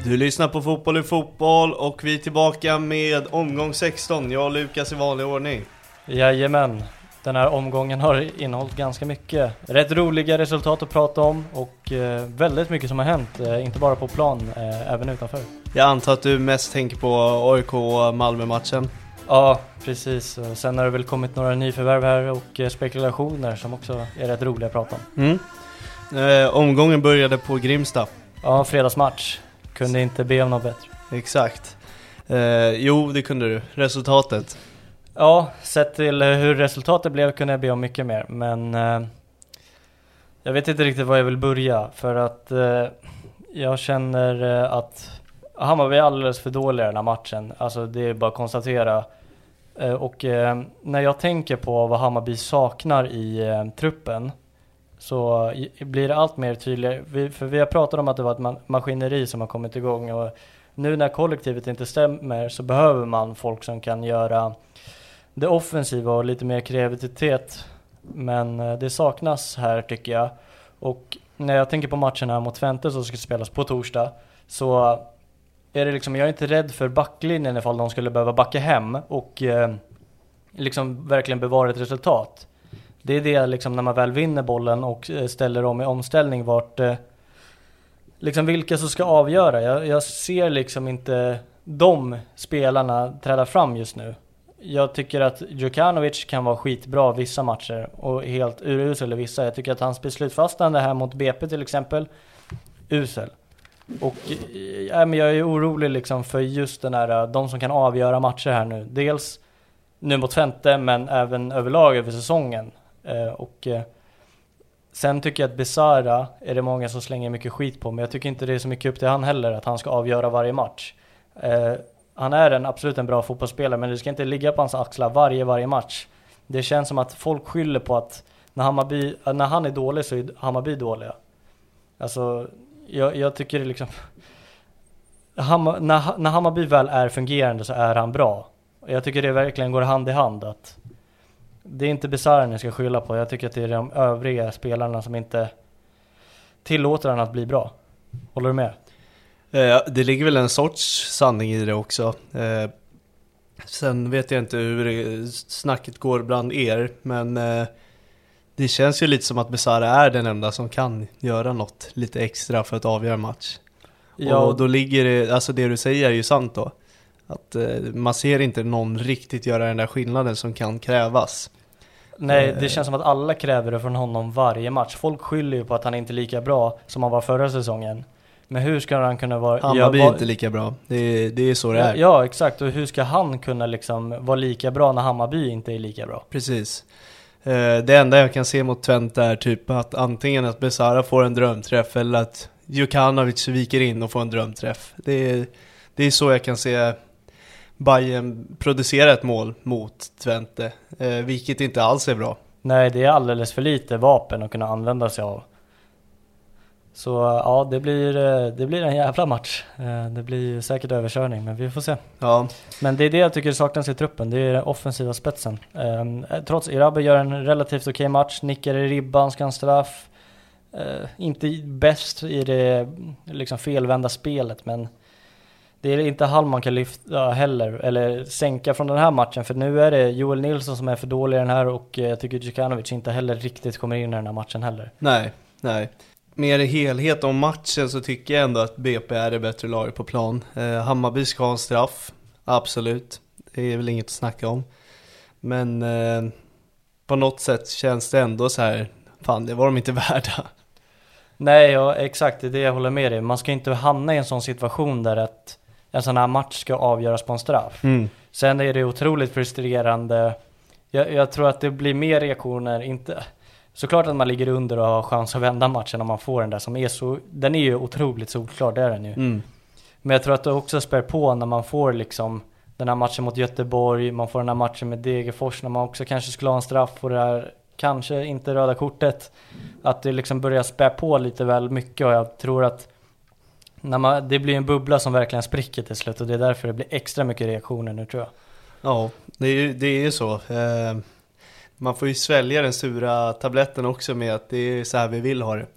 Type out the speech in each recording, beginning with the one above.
Du lyssnar på Fotboll i fotboll och vi är tillbaka med omgång 16. Jag och Lukas i vanlig ordning. Jajamän, den här omgången har innehållit ganska mycket rätt roliga resultat att prata om och väldigt mycket som har hänt, inte bara på plan, även utanför. Jag antar att du mest tänker på AIK-Malmö-matchen. Ja, precis. Och sen har det väl kommit några nyförvärv här och spekulationer som också är rätt roliga att prata om. Omgången började på Grimsta. Ja, fredagsmatch. Kunde inte be om något bättre. Exakt. Jo, det kunde du. Resultatet. Ja, sett till hur resultatet blev kunde jag be om mycket mer. Men jag vet inte riktigt var jag vill börja. För att jag känner att Hammarby är alldeles för dåliga den här matchen. Alltså det är bara att konstatera. Och när jag tänker på vad Hammarby saknar i truppen så blir det allt mer tydligt. För vi har pratat om att det var ett maskineri som har kommit igång. Och nu när kollektivet inte stämmer så behöver man folk som kan göra det offensiva och lite mer kreativitet. Men det saknas här tycker jag. Och när jag tänker på matchen här mot Twente som ska spelas på torsdag så är det liksom, jag är inte rädd för backlinjen ifall de skulle behöva backa hem och liksom verkligen bevara ett resultat. Det är det liksom när man väl vinner bollen och ställer om i omställning vart liksom vilka som ska avgöra. Jag ser liksom inte de spelarna träda fram just nu. Jag tycker att Djukanovic kan vara skitbra vissa matcher och helt urusel i vissa. Jag tycker att hans beslutsfattande här mot BP till exempel, usel. Och men jag är orolig liksom för just den här, de som kan avgöra matcher här nu. Dels nu mot Twente men även överlag över säsongen. Och sen tycker jag att Besara är det många som slänger mycket skit på. Men jag tycker inte det är så mycket upp till han heller att han ska avgöra varje match. Han är absolut en bra fotbollsspelare men det ska inte ligga på hans axlar varje match. Det känns som att folk skyller på att när han är dålig så är Hammarby dåliga. Alltså jag tycker det liksom när Hammarby väl är fungerande så är han bra. Jag tycker det verkligen går hand i hand att det är inte Besara ni ska skylla på. Jag tycker att det är de övriga spelarna som inte tillåter han att bli bra. Håller du med? Det ligger väl en sorts sanning i det också. Sen vet jag inte hur snacket går bland er. Men det känns ju lite som att Besara är den enda som kan göra något lite extra för att avgöra match. Ja. Och då ligger det, alltså det du säger är ju sant då. Att man ser inte någon riktigt göra den där skillnaden som kan krävas. Nej, det känns som att alla kräver det från honom varje match. Folk skyller ju på att han inte är lika bra som han var förra säsongen. Men hur ska han kunna vara... Hammarby är inte lika bra. Det är så det är. Ja, exakt. Och hur ska han kunna liksom vara lika bra när Hammarby inte är lika bra? Precis. Det enda jag kan se mot Twente är typ att antingen att Besara får en drömträff eller att Djukanovic viker in och får en drömträff. Det är så jag kan se Bayern producera ett mål mot Twente, vilket inte alls är bra. Nej, det är alldeles för lite vapen att kunna använda sig av. Så ja, det blir en jävla match. Det blir säkert överkörning, men vi får se. Ja. Men det är det jag tycker saknas i truppen. Det är den offensiva spetsen. Trots Irabe gör en relativt okej match. Nickar i ribban, ska en straff. Inte bäst i det liksom felvända spelet, men det är inte Hall man kan lyfta heller eller sänka från den här matchen. För nu är det Joel Nilsson som är för dålig i den här och jag tycker Djukanovic inte heller riktigt kommer in i den här matchen heller. Nej. Mer i helhet om matchen så tycker jag ändå att BP är det bättre laget på plan. Hammarby ska ha en straff, absolut. Det är väl inget att snacka om. Men på något sätt känns det ändå så här, fan det var de inte värda. Nej, ja, exakt, det är det jag håller med dig. Man ska inte hamna i en sån situation där att en sån här match ska avgöras på en straff. Sen är det otroligt frustrerande. Jag tror att det blir mer reaktioner, inte... Såklart att man ligger under och har chans att vända matchen om man får den där som är så... Den är ju otroligt solklar, det är den ju. Men jag tror att det också spär på när man får liksom den här matchen mot Göteborg, man får den här matchen med Degerfors, när man också kanske skulle ha en straff på det här, kanske inte röda kortet. Att det liksom börjar spä på lite väl mycket och jag tror att det blir en bubbla som verkligen spricker till slut och det är därför det blir extra mycket reaktioner nu tror jag. Ja, det är ju så. Man får ju svälja den sura tabletten också med att det är så här vi vill ha det.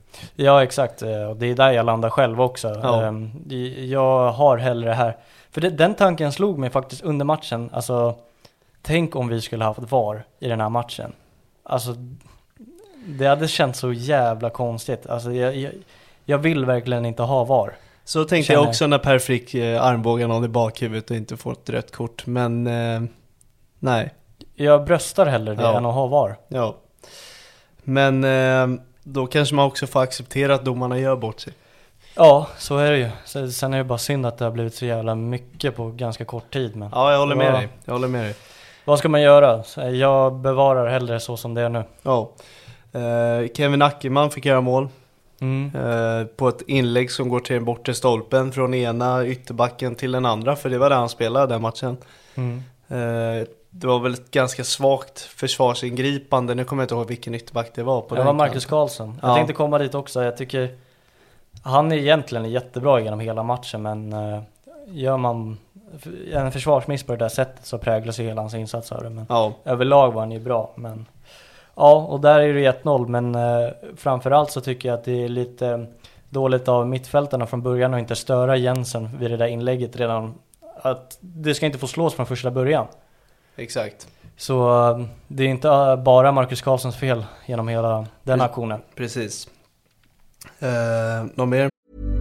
Ja, exakt. Och det är där jag landar själv också. Ja. Jag har hellre det här. För den tanken slog mig faktiskt under matchen. Alltså, tänk om vi skulle haft VAR i den här matchen. Alltså, det hade känts så jävla konstigt. Alltså, jag vill verkligen inte ha VAR. Så tänkte jag också när Per fick armbågen av i bakhuvudet och inte få ett rött kort. Men nej. Jag bröstar hellre det än att ha VAR. Ja. Men då kanske man också får acceptera att domarna gör bort sig. Ja, så är det ju. Sen är det bara synd att det har blivit så jävla mycket på ganska kort tid. Men ja, jag håller med dig. Vad ska man göra? Jag bevarar hellre så som det är nu. Ja. Kevin Ackerman fick göra mål. På ett inlägg som går till den bortre stolpen från ena ytterbacken till den andra, för det var där han spelade den matchen. Det var väl ett ganska svagt försvarsingripande. Nu kommer jag inte ihåg vilken ytterback det var på. Det var Marcus Karlsson. Jag tänkte komma dit också. Jag tycker han är egentligen jättebra genom hela matchen, men gör man en försvarsmiss på det där sättet så präglas ju hela hans insats av det. Men överlag var han ju bra. Men ja, och där är det 1-0, men framförallt så tycker jag att det är lite dåligt av mittfältarna från början och inte störa Jensen vid det där inlägget redan. Att det ska inte få slås från första början. Exakt. Så det är inte bara Marcus Karlssons fel genom hela den aktionen. Precis. Någon mer?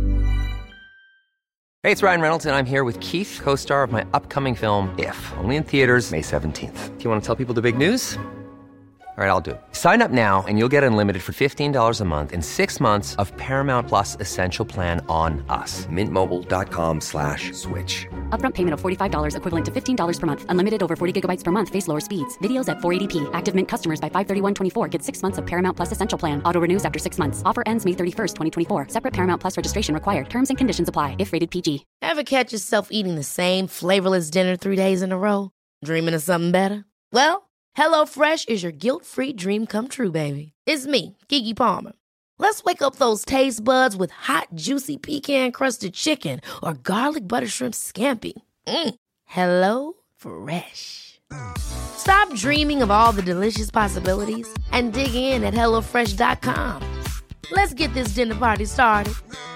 Hey, it's Ryan Reynolds, and I'm here with Keith, co-star of my upcoming film, If, only in theaters May 17th. Do you want to tell people the big news? All right, I'll do it. Sign up now and you'll get unlimited for $15 a month and 6 months of Paramount Plus Essential Plan on us. MintMobile.com/switch. Upfront payment of $45 equivalent to $15 per month. Unlimited over 40 gigabytes per month. Face lower speeds. Videos at 480p. Active Mint customers by 531.24 get 6 months of Paramount Plus Essential Plan. Auto renews after 6 months. Offer ends May 31st, 2024. Separate Paramount Plus registration required. Terms and conditions apply if rated PG. Ever catch yourself eating the same flavorless dinner 3 days in a row? Dreaming of something better? Well, HelloFresh is your guilt-free dream come true, baby. It's me, Keke Palmer. Let's wake up those taste buds with hot, juicy pecan-crusted chicken or garlic butter shrimp scampi. Hello Fresh. Stop dreaming of all the delicious possibilities and dig in at HelloFresh.com. Let's get this dinner party started.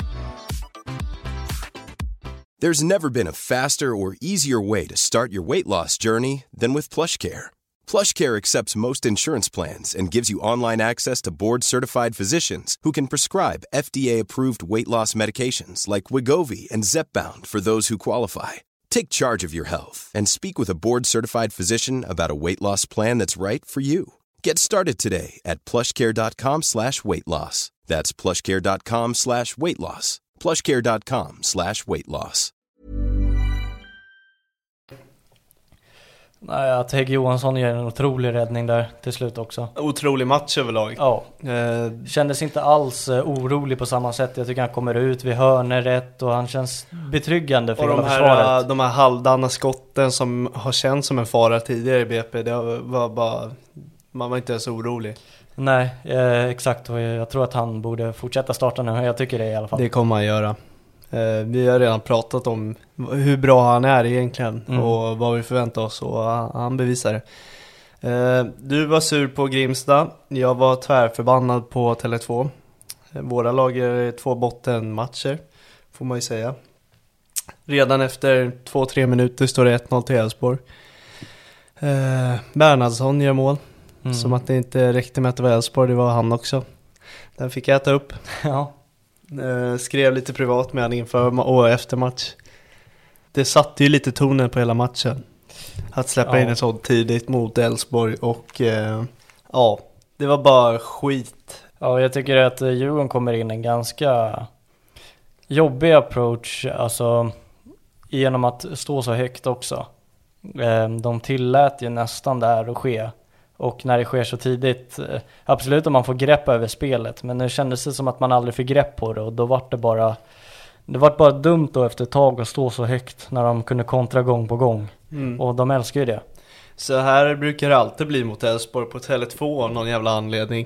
There's never been a faster or easier way to start your weight loss journey than with PlushCare. PlushCare accepts most insurance plans and gives you online access to board-certified physicians who can prescribe FDA-approved weight loss medications like Wegovy and Zepbound for those who qualify. Take charge of your health and speak with a board-certified physician about a weight loss plan that's right for you. Get started today at plushcare.com/weightloss. That's plushcare.com/weightloss. plushcare.com/weightloss. Nej, att Hägg Johansson gör en otrolig räddning där till slut också. Otrolig match överlag. Ja. Kändes inte alls orolig på samma sätt. Jag tycker han kommer ut vid hörner rätt och han känns betryggande för hela försvaret. De här halvdana skotten som har känts som en fara tidigare i BP, det var bara, man var inte ens orolig. Nej, exakt. Och jag tror att han borde fortsätta starta nu. Jag tycker det i alla fall. Det kommer han göra. Vi har redan pratat om hur bra han är egentligen och vad vi förväntar oss, och han bevisar det. Du var sur på Grimsta. Jag var tvärförbannad på Tele2. Våra lag är 2 bottenmatcher, får man ju säga. Redan efter 2-3 minuter står det 1-0 till Elfsborg. Bernhardsson gör mål. Som att det inte räckte med att det var Elfsborg, det var han också. Den fick jag äta upp. Ja. Skrev lite privat med han inför och efter match. Det satte ju lite tonen på hela matchen. Att släppa in en sån tidigt mot Elfsborg. Och det var bara skit. Ja, jag tycker att Djurgården kommer in en ganska jobbig approach. Alltså genom att stå så högt också. De tillät ju nästan det här att ske. Och när det sker så tidigt, absolut om man får grepp över spelet, men nu kändes det som att man aldrig fick grepp på det, och då var det bara dumt då efter ett tag att stå så högt när de kunde kontra gång på gång. Och de älskar ju det. Så här brukar det alltid bli mot Elfsborg på Tele2 av någon jävla anledning.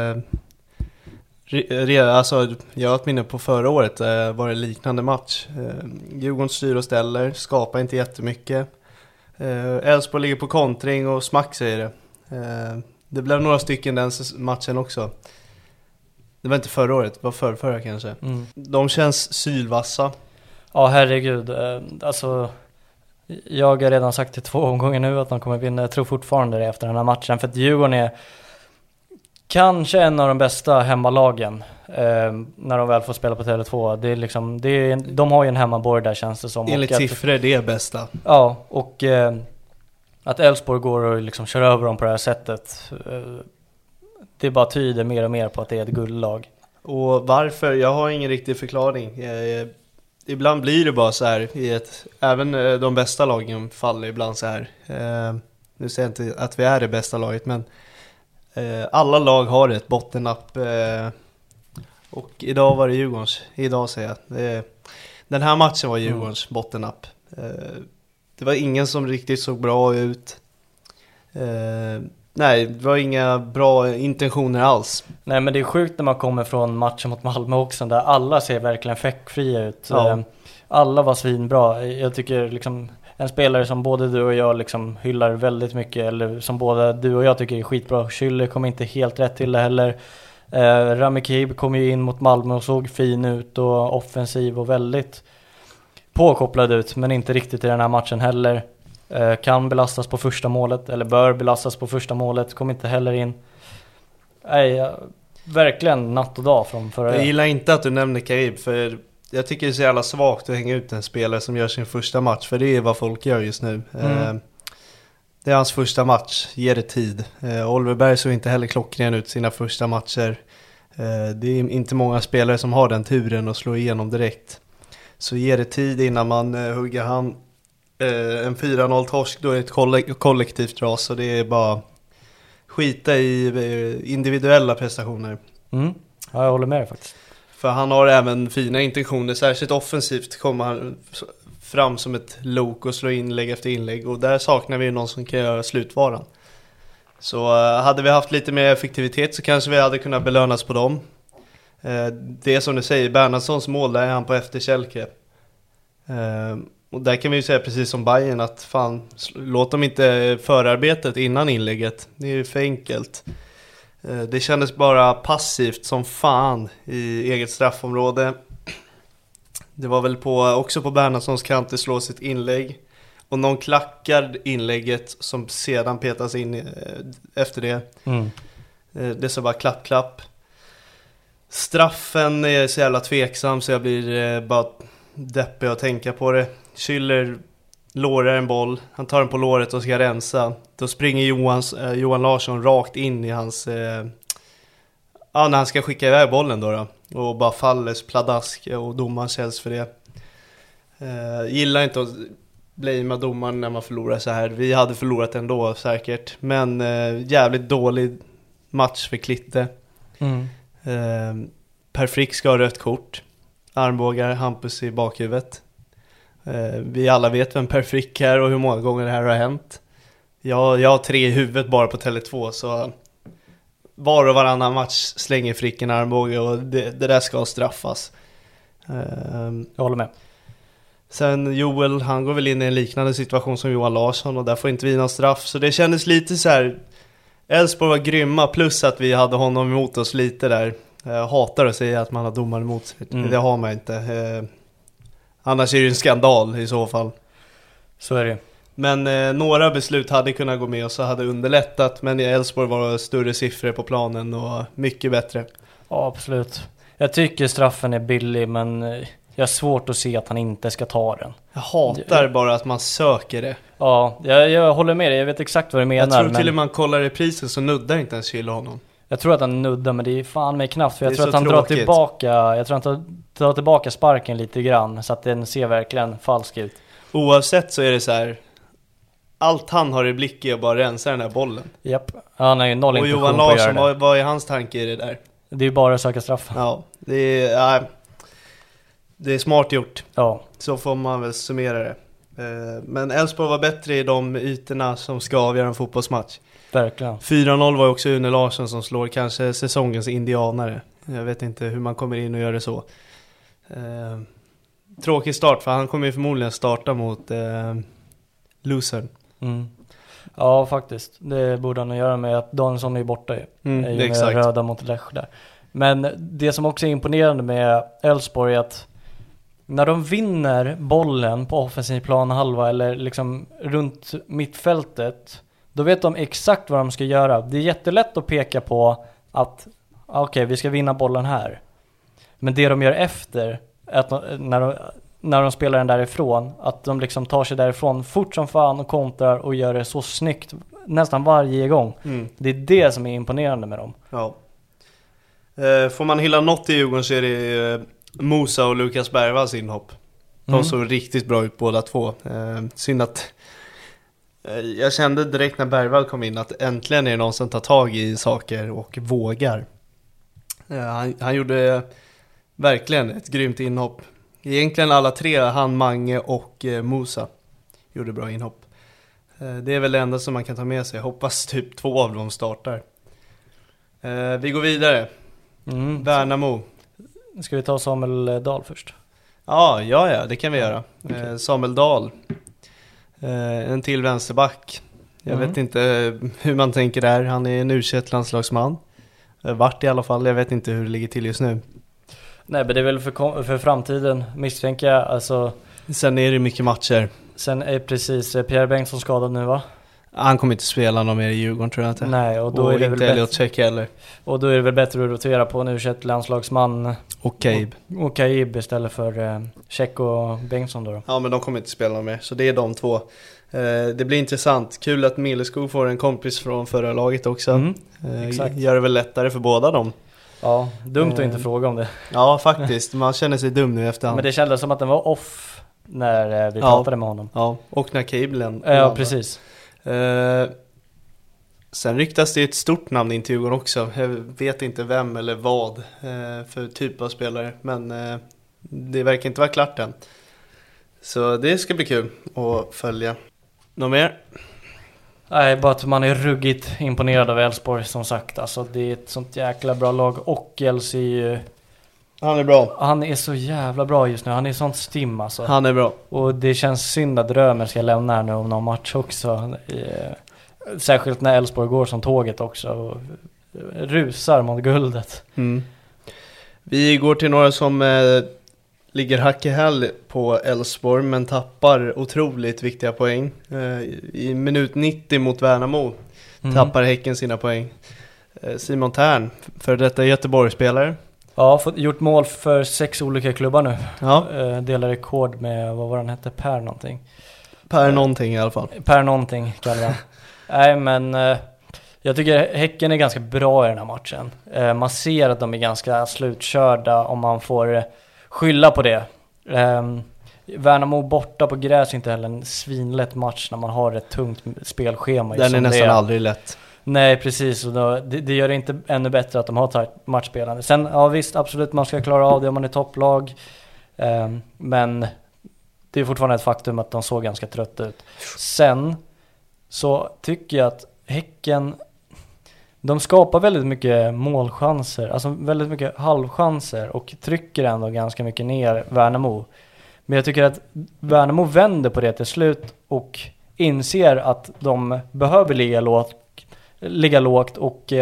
Alltså, jag har ett minne på förra året var det liknande match. Djurgården styr och ställer, skapar inte jättemycket. Elfsborg ligger på kontring och smack säger det. Det blev några stycken den matchen också. Det var inte förra året, det var förra kanske. De känns sylvassa. Ja, herregud. Alltså, jag har redan sagt det 2 omgångar nu att de kommer vinna. Jag tror fortfarande det efter den här matchen. För att Djurgården är kanske en av de bästa hemmalagen när de väl får spela på Tele2. Det är liksom, de har ju en hemmaborg där, känns det som. Enligt siffror det är bästa. Ja, och att Elfsborg går och liksom kör över dem på det här sättet, det bara tyder mer och mer på att det är ett guldlag. Och varför? Jag har ingen riktig förklaring. Ibland blir det bara så här även de bästa lagen faller ibland så här. Nu säger jag inte att vi är det bästa laget, men alla lag har ett bottennapp. Och idag var det Djurgårdens. Idag säger jag. Den här matchen var Djurgårdens bottennapp. Det var ingen som riktigt såg bra ut. Nej, det var inga bra intentioner alls. Nej, men det är sjukt när man kommer från matchen mot Malmö också, där alla ser verkligen fäckfria ut. Ja. Alla var svinbra. Jag tycker liksom en spelare som både du och jag liksom hyllar väldigt mycket, eller som både du och jag tycker är skitbra. Schüller kom inte helt rätt till det heller. Rami Kib kom ju in mot Malmö och såg fin ut och offensiv och väldigt påkopplad ut, men inte riktigt i den här matchen heller. Kan belastas på första målet, eller bör belastas på första målet, kom inte heller in. Nej, verkligen natt och dag från förra. Jag gillar inte att du nämner Kaib, för jag tycker det är så jävla svagt att hänga ut en spelare som gör sin första match, för det är vad folk gör just nu. Det är hans första match, ger det tid. Oliver Berg såg inte heller klockren ut sina första matcher. Det är inte många spelare som har den turen att slå igenom direkt. Så ger det tid innan man hugger han. En 4-0 torsk, då är det ett kollektivt ras, så det är bara skita i individuella prestationer. Ja, jag håller med dig faktiskt. För han har även fina intentioner, särskilt offensivt kommer han fram som ett lok och slår inlägg efter inlägg, och där saknar vi någon som kan göra slutvaran. Så hade vi haft lite mer effektivitet så kanske vi hade kunnat belönas på dem. Det är som du säger, Bernhardssons mål, där är han på efterkälke. Och där kan vi ju säga precis som Bayern att fan, låt dem inte förarbetet innan inlägget. Det är ju för enkelt. Det kändes bara passivt som fan i eget straffområde. Det var väl också på Bernhardssons kant det slår sitt inlägg. Och någon klackar inlägget som sedan petas in efter det. Det är så bara klapp. Straffen är så jävla tveksam så jag blir bara deppig att tänka på det. Schüller lårar en boll, han tar den på låret och ska rensa. Då springer Johan Larsson rakt in i hans när han ska skicka iväg bollen då och bara faller pladask, och domaren känns för det. Gillar inte att blamea domaren när man förlorar så här. Vi hade förlorat ändå säkert, men jävligt dålig match för Klitte. Per Frick ska ha rött kort. Armbågar Hampus i bakhuvudet. Vi alla vet vem Per Frick är och hur många gånger det här har hänt. Jag har 3 i huvudet bara på Tele2, så var och varannan match slänger Frick en armbåge, och det där ska straffas. Jag håller med. Sen Joel, han går väl in i en liknande situation som Johan Larsson, och där får inte vi någon straff. Så det kändes lite så här, Elfsborg var grymma, plus att vi hade honom emot oss lite där. Jag hatar att säga att man har domare emot sig. Det har man inte. Annars är det ju en skandal i så fall. Så är det. Men några beslut hade kunnat gå med och så hade underlättat. Men i Elfsborg var det större siffror på planen och mycket bättre. Ja, absolut. Jag tycker straffen är billig, men jag har svårt att se att han inte ska ta den. Jag hatar bara att man söker det. Ja, jag håller med dig. Jag vet exakt vad du menar. Jag tror till och med man kollar i priset så nuddar inte ens Schüller honom. Jag tror att han nuddar, men det är fan mig knappt. För jag tror att han drar tillbaka. Jag tror att han drar tillbaka sparken lite grann, så att den ser verkligen falsk ut. Oavsett så är det så här, allt han har i blick är att bara rensa den här bollen. Japp. Han har ju noll intention på att göra det. Och Johan Larsson, vad är hans tanke i det där? Det är ju bara att söka straff. Ja, det är smart gjort. Ja. Så får man väl summera det. Men Elfsborg var bättre i de ytorna som ska avgöra en fotbollsmatch. Verkligen. 4-0 var också Une Larsson som slår kanske säsongens indianare. Jag vet inte hur man kommer in och gör det så. Tråkig start, för han kommer ju förmodligen starta mot Luzern. Ja, faktiskt. Det borde han göra med att Danielsson är borta ju. Är ju exakt. röda mot Lech där. Men det som också är imponerande med Elfsborg är att när de vinner bollen på offensiv plan halva eller liksom runt mittfältet, då vet de exakt vad de ska göra. Det är jättelätt att peka på att okej, vi ska vinna bollen här. Men det de gör efter, att när de spelar den därifrån, att de liksom tar sig därifrån fort som fan och kontrar och gör det så snyggt nästan varje gång. Det är det som är imponerande med dem. Ja. Får man hylla något i Djurgården så är det Musa och Lukas Bergvalls inhopp. De såg riktigt bra ut båda två. Synd att jag kände direkt när Bergvall kom in att äntligen är det någon som tar tag i saker och vågar. Han gjorde verkligen ett grymt inhopp. Egentligen alla tre, han, Mange och Musa, gjorde bra inhopp. Det är väl det enda som man kan ta med sig. Jag hoppas typ 2 av dem startar. Vi går vidare. Värnamo. Ska vi ta Samuel Dahl först? Ja, det kan vi göra. Okay. Samuel Dahl. En till vänsterback. Jag vet inte hur man tänker där. Han är en U21-landslagsman. Vart i alla fall. Jag vet inte hur det ligger till just nu. Nej, men det är väl för framtiden, misstänker jag. Alltså, sen är det mycket matcher. Sen är precis Pierre Bengtsson skadad nu, va? Han kommer inte spela någon mer i Djurgården, tror jag inte. Nej, och då är det inte Elliot Check heller. Och då är det väl bättre att rotera på en U21-landslagsman och Caib. Och Caib istället för Check och Bengtsson då. Ja, men de kommer inte spela någon mer. Så det är de två. Det blir intressant. Kul att Milleskog får en kompis från förra laget också. Exakt. Gör det väl lättare för båda dem. Ja, dumt att inte fråga om det. Ja, faktiskt. Man känner sig dum nu efterhand. Men det kändes som att den var off när vi pratade med honom. Ja, och när Cablen. Ja, precis. Sen ryktas det ett stort namn in till Djurgården också. Jag vet inte vem eller vad för typ av spelare. Men det verkar inte vara klart än. Så det ska bli kul att följa. Något mer? Nej, bara att man är ruggigt imponerad av Elfsborg, som sagt. Alltså, det är ett sånt jäkla bra lag. Och Elsie, han är bra. Han är så jävla bra just nu. Han är sånt stim alltså. Han är bra. Och det känns synd att Römer ska lämna här nu om någon match också. Särskilt när Elfsborg går som tåget också och rusar mot guldet. Vi går till några som ligger hack i häl på Elfsborg men tappar otroligt viktiga poäng. I minut 90 mot Värnamo tappar Häcken sina poäng. Simon Tern, för detta Göteborgsspelare. Ja, gjort mål för 6 olika klubbar nu. Ja. Delar rekord med, vad var han hette? Per någonting. Per någonting i alla fall. Per någonting kallar jag. Nej, men jag tycker Häcken är ganska bra i den här matchen. Man ser att de är ganska slutkörda om man får skylla på det. Värnamo borta på gräs är inte heller en svinlätt match när man har ett tungt spelschema. Den är nästan aldrig lätt. Nej, precis. Och då, det gör det inte ännu bättre att de har matchspelande. Sen, ja visst, absolut, man ska klara av det om man är topplag. Men det är fortfarande ett faktum att de såg ganska trött ut. Sen så tycker jag att Häcken, de skapar väldigt mycket målchanser, alltså väldigt mycket halvchanser och trycker ändå ganska mycket ner Värnamo. Men jag tycker att Värnamo vänder på det till slut och inser att de behöver ligga lågt och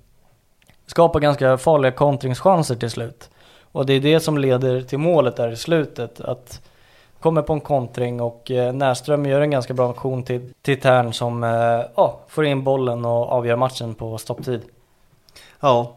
skapa ganska farliga kontringschanser till slut. Och det är det som leder till målet där i slutet, att kommer på en kontring och Näström gör en ganska bra aktion till Tern som får in bollen och avgör matchen på stopptid. Ja.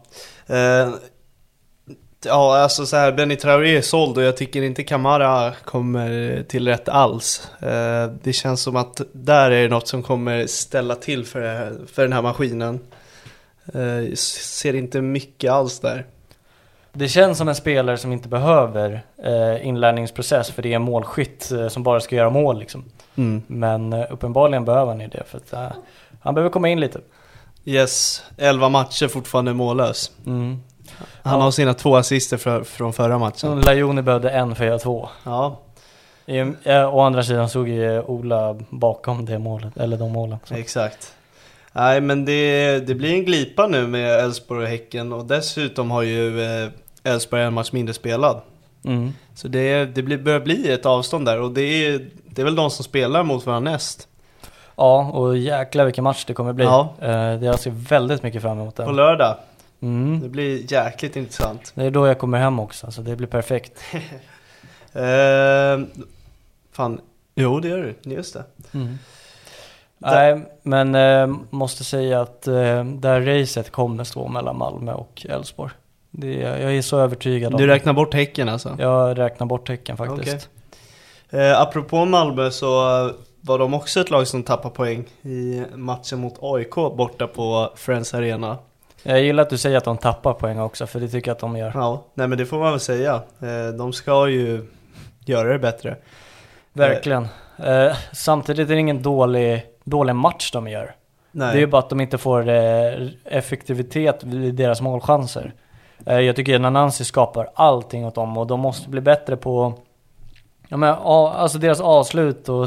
Ja, alltså så här, Benny Traoré är såld och jag tycker inte Kamara kommer till rätt alls. Det känns som att där är något som kommer ställa till för den här maskinen. Ser inte mycket alls där. Det känns som en spelare som inte behöver inlärningsprocess, för det är en målskytt som bara ska göra mål liksom. Men uppenbarligen behöver han ju det, för att han behöver komma in lite. Yes, 11 matcher fortfarande mållös. Han har sina 2 assister från förra matchen. Lajoni behövde 1 för att göra 2. Ja. Å andra sidan såg ju Ola bakom det målet, eller de målen. Så. Exakt. Nej, men det blir en glipa nu med Elfsborg och Häcken. Och dessutom har ju Elfsborg en match mindre spelad. Så börjar bli ett avstånd där. Och det är väl de som spelar mot varandra näst. Ja, och jäkla vilken match det kommer bli. Ja. Jag ser väldigt mycket fram emot den. På lördag. Det blir jäkligt intressant. Det är då jag kommer hem också, så det blir perfekt. Fan, jo det gör du, just det. Nej, men måste säga att där racet kommer stå mellan Malmö och Elfsborg. Jag är så övertygad om. Du räknar bort Häcken alltså? Jag räknar bort Häcken faktiskt. Okay. Apropå Malmö så var de också ett lag som tappade poäng i matchen mot AIK borta på Friends Arena. Jag gillar att du säger att de tappar poäng också, för det tycker jag att de gör. Ja, nej men det får man väl säga. De ska ju göra det bättre. Verkligen. Samtidigt är det ingen dålig match de gör. Nej. Det är ju bara att de inte får effektivitet vid deras målchanser. Jag tycker att Nanansi skapar allting åt dem, och de måste bli bättre på alltså deras avslut, och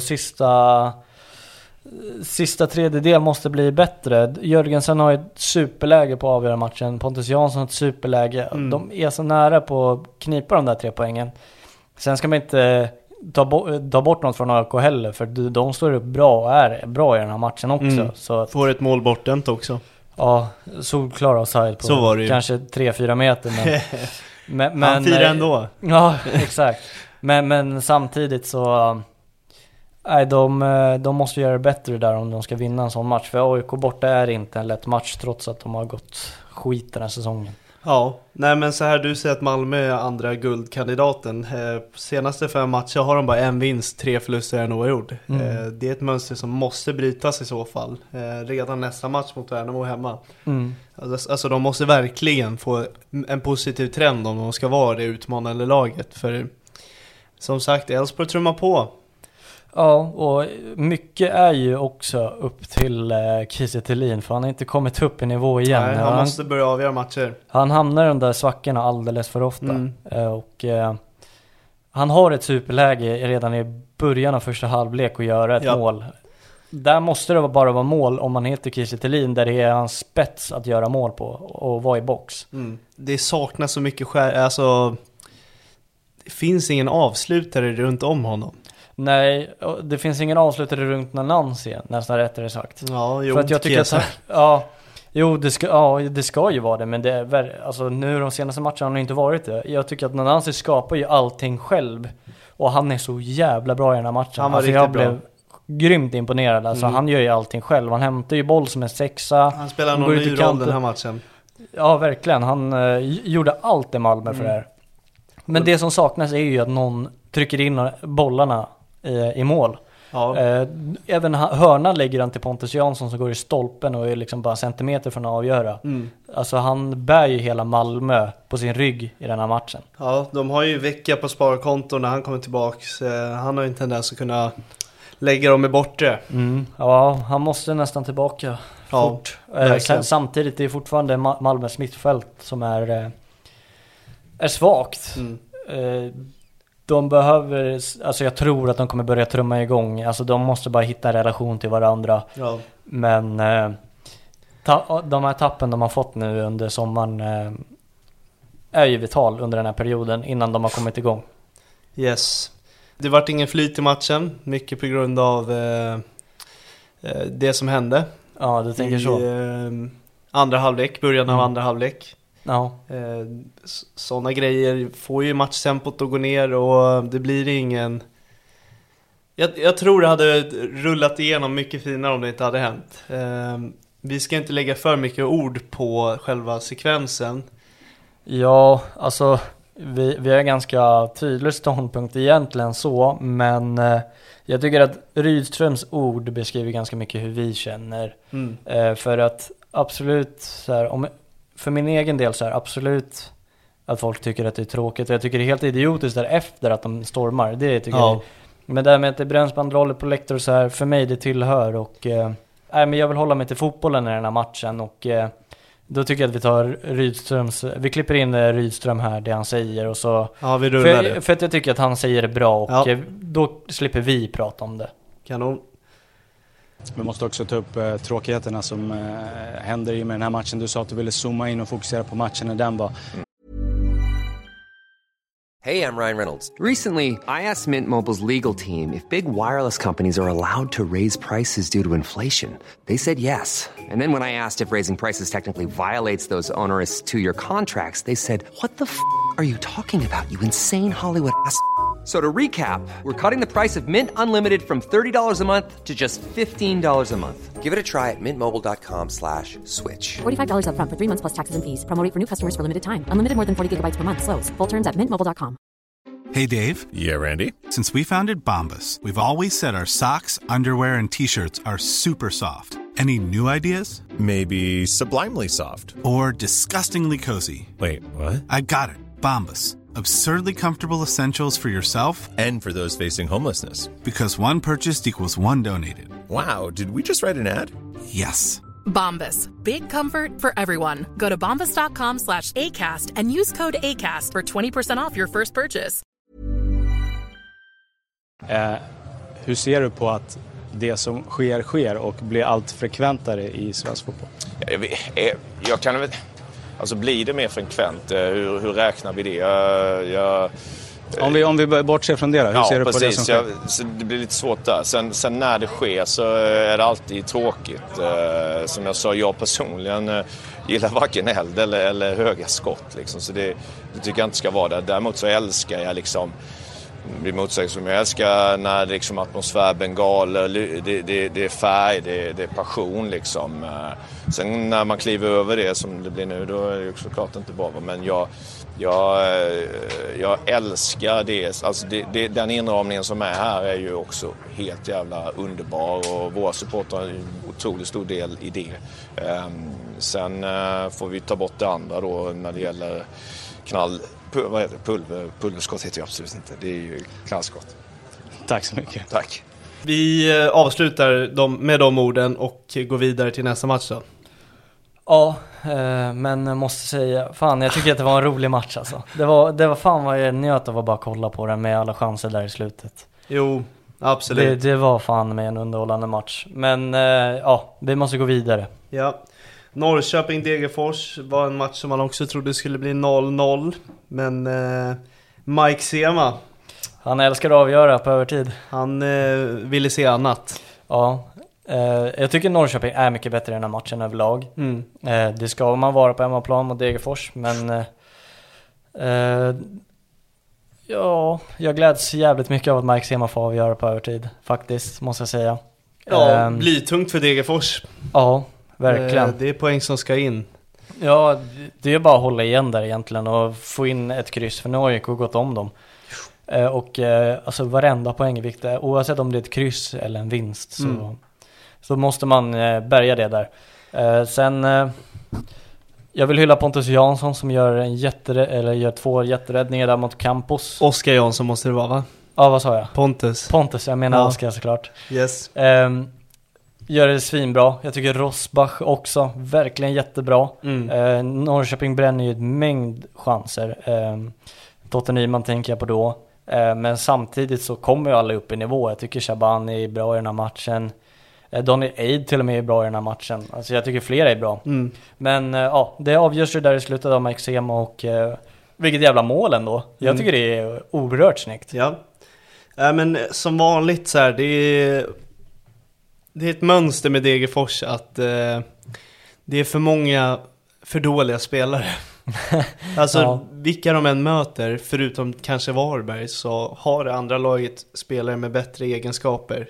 sista tredjedel måste bli bättre. Jörgensen har ett superläge på avgöra matchen. Pontus Jansson har ett superläge. De är så nära på att knipa de där 3 poängen. Sen ska man inte ta bort något från AIK heller, för de står upp bra och är bra i den här matchen också. Så att, får ett mål bortdömt också. Ja, solklar offside på så var det ju. Kanske 3-4 meter. Men han firar ändå. Ja, exakt. Men samtidigt så de måste göra det bättre där om de ska vinna en sån match. För AIK borta är inte en lätt match, trots att de har gått skit den här säsongen. Ja, nej men så här, du säger att Malmö är andra guldkandidaten. Senaste 5 matcher har de bara 1 vinst, 3 förluster, 1 oavgjord. Det är ett mönster som måste brytas i så fall. Redan nästa match mot Värnamo hemma. Alltså de måste verkligen få en positiv trend om de ska vara det utmanande laget. För som sagt, Elfsborg trummar på. Ja, och mycket är ju också upp till Kiese Thelin, för han har inte kommit upp i nivå igen. Nej, han måste börja avgöra matcher. Han hamnar i de där svackorna alldeles för ofta. Och han har ett superläge redan i början av första halvlek att göra ett mål. Där måste det bara vara mål om man heter Kiese Thelin, där det är hans spets att göra mål på och vara i box. Det saknas så mycket alltså det finns ingen avslutare runt om honom. Nej, det finns ingen avslutare runt Nanansi, nästan rättare sagt. Ja, för att jag tycker att det ska ju vara det, men det är alltså nu de senaste matcherna har han inte varit det. Jag tycker att Nanansi skapar ju allting själv, och han är så jävla bra i den här matchen. Han var alltså, riktigt bra. Jag blev grymt imponerad. Alltså han gör ju allting själv. Han hämtar ju boll som en 6:a. Han spelar någon ny roll den här matchen. Ja, verkligen. Han gjorde allt i Malmö för det här. Men det som saknas är ju att någon trycker in bollarna i mål. Ja. Även hörnan lägger han till Pontus Jansson som går i stolpen och är liksom bara centimeter från att avgöra. Alltså han bär ju hela Malmö på sin rygg i den här matchen. Ja, de har ju vecka på sparkonton när han kommer tillbaks. Han har ju en tendens att kunna lägga dem i bortre. Ja, han måste nästan tillbaka fort. Samtidigt är det fortfarande Malmös mittfält som är svagt. De behöver, alltså jag tror att de kommer börja trumma igång. Alltså de måste bara hitta en relation till varandra. Ja. Men de här tappen de har fått nu under sommaren är ju vital under den här perioden innan de har kommit igång. Yes. Det vart ingen flyt i matchen, mycket på grund av det som hände. Ja, du tänker så. Andra halvlek, början av andra halvlek. Ja. Sådana grejer får ju matchtempot att gå ner, och det blir ingen... Jag tror det hade rullat igenom mycket finare om det inte hade hänt. Vi ska inte lägga för mycket ord på själva sekvensen. Ja, alltså vi har ganska tydlig ståndpunkt egentligen så, men jag tycker att Rydströms ord beskriver ganska mycket hur vi känner. För att absolut så här, för min egen del så är absolut att folk tycker att det är tråkigt. Jag tycker det är helt idiotiskt där efter att de stormar. Det tycker jag. Men det här med att det bränns banderoller på läktare så här, för mig det tillhör. Och men jag vill hålla mig till fotbollen i den här matchen. Och då tycker jag att vi tar vi klipper in Rydström här, det han säger. Och så, vi rullar det. För att jag tycker att han säger det bra. Och då slipper vi prata om det. Kanon. Vi måste också ta upp tråkigheterna som händer i med den här matchen. Du sa att du ville zooma in och fokusera på matchen när den var. Hey, I'm Ryan Reynolds. Recently, I asked Mint Mobile's legal team if big wireless companies are allowed to raise prices due to inflation. They said yes. And then when I asked if raising prices technically violates those onerous 2-year contracts, they said, "What the f*** are you talking about, you insane Hollywood ass?" So to recap, we're cutting the price of Mint Unlimited from $30 a month to just $15 a month. Give it a try at mintmobile.com/switch. $45 up front for 3 months plus taxes and fees. Promo rate for new customers for limited time. Unlimited more than 40 gigabytes per month. Slows full terms at mintmobile.com. Hey, Dave. Yeah, Randy. Since we founded Bombas, we've always said our socks, underwear, and T-shirts are super soft. Any new ideas? Maybe sublimely soft. Or disgustingly cozy. Wait, what? I got it. Bombas. Absurdly comfortable essentials for yourself And for those facing homelessness. Because one purchased equals one donated. Wow, did we just write an ad? Yes. Bombas. Big comfort for everyone. Go to bombas.com/ACAST and use code ACAST for 20% off your first purchase. Hur ser du på att det som sker och blir allt frekventare i svensk fotboll? Jag kan väl... Alltså blir det mer frekvent? Hur räknar vi det? Om vi bortser från det då, hur ser du på det som sker? Så det blir lite svårt där. Sen när det sker så är det alltid tråkigt. Som jag sa, jag personligen gillar varken eld eller höga skott. Liksom. Så det tycker jag inte ska vara där. Däremot så älskar jag liksom... Det blir motsägelse som jag älskar när det liksom atmosfär, bengaler, det är färg, det är passion liksom. Sen när man kliver över det som det blir nu, då är det ju såklart inte bra. Men jag älskar det. Alltså den inramningen som är här är ju också helt jävla underbar och våra supportrar har en otroligt stor del i det. Sen får vi ta bort det andra då när det gäller pulverskott heter jag absolut inte. Det är ju knallskott. Tack så mycket. Tack. Vi avslutar med de orden och går vidare till nästa match då. Ja, men jag måste säga, fan jag tycker att det var en rolig match alltså. Det var fan vad jag njöt av att bara kolla på den med alla chanser där i slutet. Jo, absolut. Det var fan med en underhållande match. Men ja, vi måste gå vidare. Ja. Norrköping-Degerfors var en match som man också trodde skulle bli 0-0. Men Mike Sema, han älskar att avgöra på övertid. Han ville se annat. Ja, jag tycker Norrköping är mycket bättre i den här matchen överlag. Det ska man vara på hemmaplan mot Degerfors. Men ja, jag gläds jävligt mycket av att Mike Sema får avgöra på övertid. Faktiskt, måste jag säga. Ja, blir tungt för Degerfors. Ja, verkligen. Det är poäng som ska in. Ja, det är bara att hålla igen där egentligen och få in ett kryss, för nu har ju gått om dem. Och alltså varenda poäng är viktig, oavsett om det är ett kryss eller en vinst så måste man bärga det där. Sen jag vill hylla Pontus Jansson som gör 2 jätteräddningar där mot Campos. Oskar Jansson måste det vara, va? Ja, vad sa jag? Pontus, jag menar Oskar såklart. Yes. Gör det svinbra. Jag tycker Rosbach också verkligen jättebra. Norrköping bränner ju ett mängd chanser. Totte Nyman tänker jag på då. Men samtidigt så kommer ju alla upp i nivå. Jag tycker Shaban är bra i den här matchen. Donny Aid till och med är bra i den här matchen. Alltså jag tycker flera är bra. Men ja, det avgörs ju där i slutet av Mike Sema och vilket jävla mål ändå. Jag tycker det är oerhört snyggt. Ja. Men som vanligt så här, det är ett mönster med Degerfors att det är för många för dåliga spelare. Alltså vilka de än möter, förutom kanske Varberg, så har det andra laget spelare med bättre egenskaper.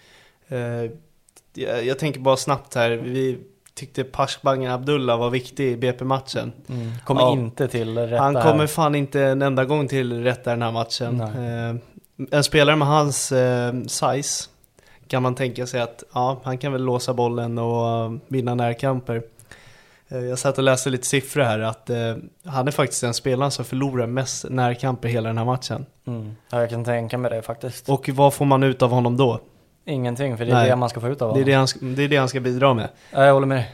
Jag tänker bara snabbt här. Vi tyckte Pashbangen Abdullah var viktig i BP-matchen. Kommer inte till rätt. Han kommer fan inte en enda gång till rätt den här matchen. En spelare med hans size kan man tänka sig att han kan väl låsa bollen och vinna närkamper. Jag satt och läste lite siffror här att han är faktiskt den spelaren som förlorar mest närkamper hela den här matchen. Ja, jag kan tänka mig det faktiskt. Och vad får man ut av honom då? Ingenting, för det är det man ska få ut av honom. Det är det han ska bidra med. Ja, jag håller med.